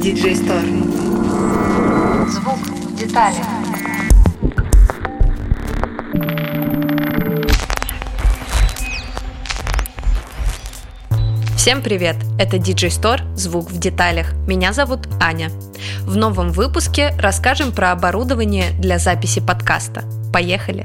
DJ Store. Звук в деталях. Всем привет! Это DJ Store «Звук в деталях». Меня зовут Аня. В новом выпуске расскажем про оборудование для записи подкаста. Поехали!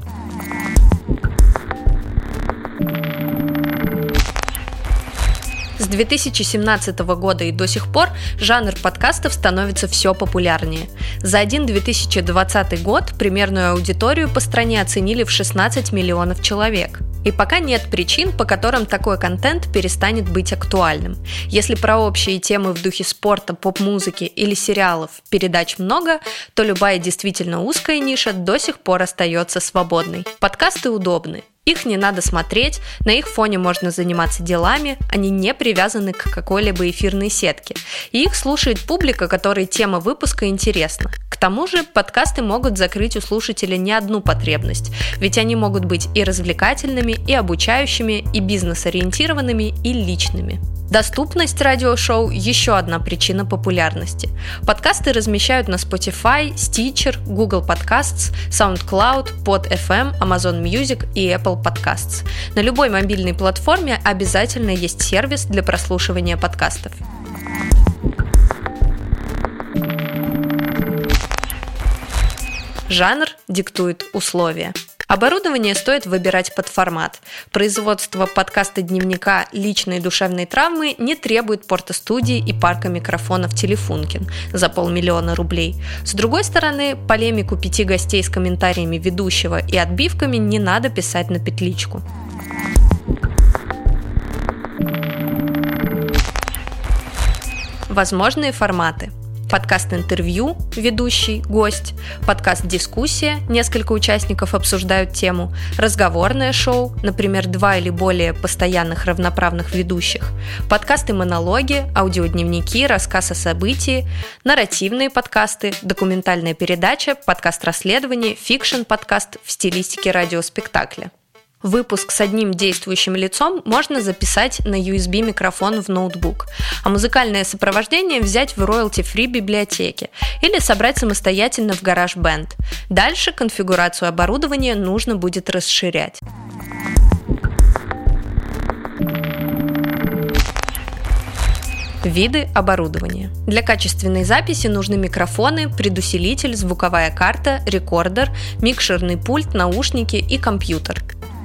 С 2017 года и до сих пор жанр подкастов становится все популярнее. За один 2020 год примерную аудиторию по стране оценили в 16 миллионов человек. И пока нет причин, по которым такой контент перестанет быть актуальным. Если про общие темы в духе спорта, поп-музыки или сериалов передач много, то любая действительно узкая ниша до сих пор остается свободной. Подкасты удобны. Их не надо смотреть, на их фоне можно заниматься делами, они не привязаны к какой-либо эфирной сетке. И их слушает публика, которой тема выпуска интересна. К тому же подкасты могут закрыть у слушателя не одну потребность, ведь они могут быть и развлекательными, и обучающими, и бизнес-ориентированными, и личными. Доступность радиошоу – еще одна причина популярности. Подкасты размещают на Spotify, Stitcher, Google Podcasts, SoundCloud, Pod.fm, Amazon Music и Apple Podcasts. На любой мобильной платформе обязательно есть сервис для прослушивания подкастов. Жанр диктует условия. Оборудование стоит выбирать под формат. Производство подкаста-дневника личной душевной травмы не требует портостудии и парка микрофонов Телефункин за 500 000 рублей. С другой стороны, полемику 5 гостей с комментариями ведущего и отбивками не надо писать на петличку. Возможные форматы. Подкаст-интервью, ведущий, гость, подкаст-дискуссия, несколько участников обсуждают тему, разговорное шоу, например, 2 или более постоянных равноправных ведущих, подкасты-монологи, аудиодневники, рассказ о событии, нарративные подкасты, документальная передача, подкаст-расследование, фикшн-подкаст в стилистике радиоспектакля. Выпуск с одним действующим лицом можно записать на USB-микрофон в ноутбук, а музыкальное сопровождение взять в royalty-free библиотеке или собрать самостоятельно в GarageBand. Дальше конфигурацию оборудования нужно будет расширять. Виды оборудования. Для качественной записи нужны микрофоны, предусилитель, звуковая карта, рекордер, микшерный пульт, наушники и компьютер.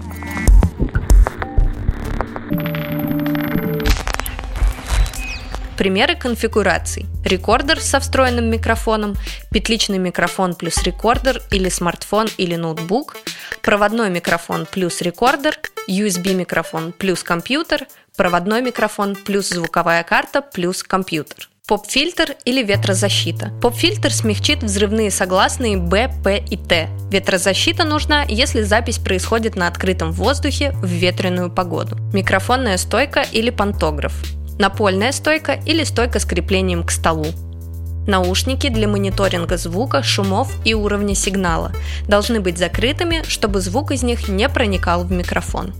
Примеры конфигураций. Рекордер со встроенным микрофоном, петличный микрофон плюс рекордер или смартфон или ноутбук, проводной микрофон плюс рекордер, USB-микрофон плюс компьютер, проводной микрофон плюс звуковая карта плюс компьютер. Поп-фильтр или ветрозащита. Поп-фильтр смягчит взрывные согласные Б, П и Т. Ветрозащита нужна, если запись происходит на открытом воздухе в ветреную погоду. Микрофонная стойка или пантограф. Напольная стойка или стойка с креплением к столу. Наушники для мониторинга звука, шумов и уровня сигнала должны быть закрытыми, чтобы звук из них не проникал в микрофон.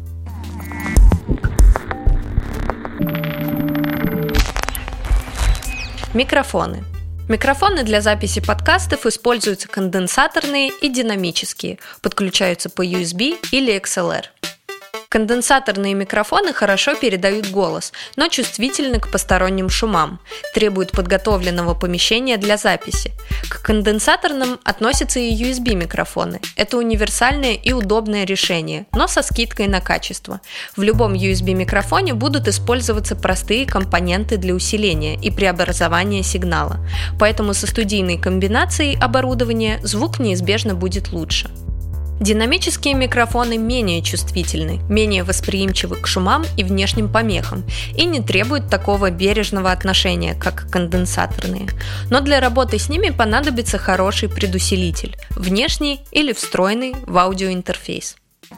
Микрофоны. Микрофоны для записи подкастов используются конденсаторные и динамические, подключаются по USB или XLR. Конденсаторные микрофоны хорошо передают голос, но чувствительны к посторонним шумам, требуют подготовленного помещения для записи. К конденсаторным относятся и USB-микрофоны. Это универсальное и удобное решение, но со скидкой на качество. В любом USB-микрофоне будут использоваться простые компоненты для усиления и преобразования сигнала, поэтому со студийной комбинацией оборудования звук неизбежно будет лучше. Динамические микрофоны менее чувствительны, менее восприимчивы к шумам и внешним помехам и не требуют такого бережного отношения, как конденсаторные. Но для работы с ними понадобится хороший предусилитель, внешний или встроенный в аудиоинтерфейс.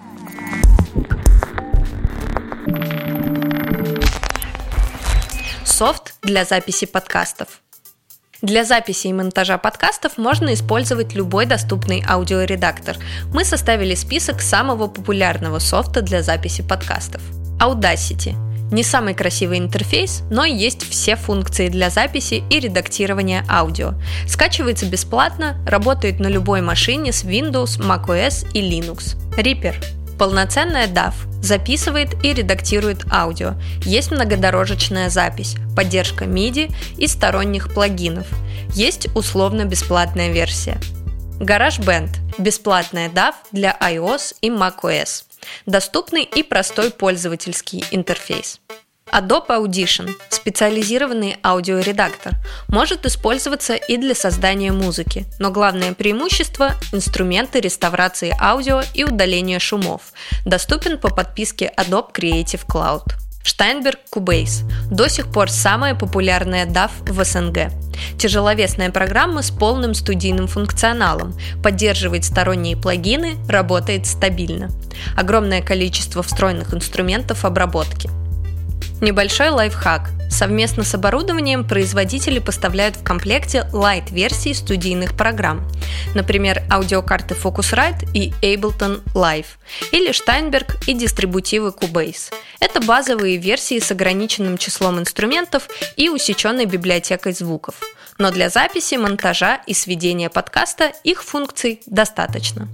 Софт для записи подкастов. Для записи и монтажа подкастов можно использовать любой доступный аудиоредактор. Мы составили список самого популярного софта для записи подкастов. Audacity Не самый красивый интерфейс, но есть все функции для записи и редактирования аудио. Скачивается бесплатно, работает на любой машине с Windows, macOS и Linux. Reaper – полноценная DAW, записывает и редактирует аудио. Есть многодорожечная запись, поддержка MIDI и сторонних плагинов. Есть условно-бесплатная версия. GarageBand – бесплатная DAW для iOS и macOS. Доступный и простой пользовательский интерфейс. Adobe Audition – специализированный аудиоредактор. Может использоваться и для создания музыки, но главное преимущество – инструменты реставрации аудио и удаления шумов. Доступен по подписке Adobe Creative Cloud. Steinberg Cubase – до сих пор самая популярная DAW в СНГ. Тяжеловесная программа с полным студийным функционалом, поддерживает сторонние плагины, работает стабильно. Огромное количество встроенных инструментов обработки. Небольшой лайфхак. Совместно с оборудованием производители поставляют в комплекте лайт-версии студийных программ, например, аудиокарты Focusrite и Ableton Live, или Steinberg и дистрибутивы Cubase. Это базовые версии с ограниченным числом инструментов и усеченной библиотекой звуков. Но для записи, монтажа и сведения подкаста их функций достаточно.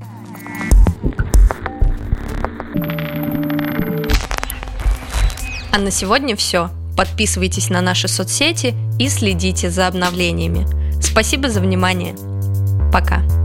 А на сегодня все. Подписывайтесь на наши соцсети и следите за обновлениями. Спасибо за внимание. Пока.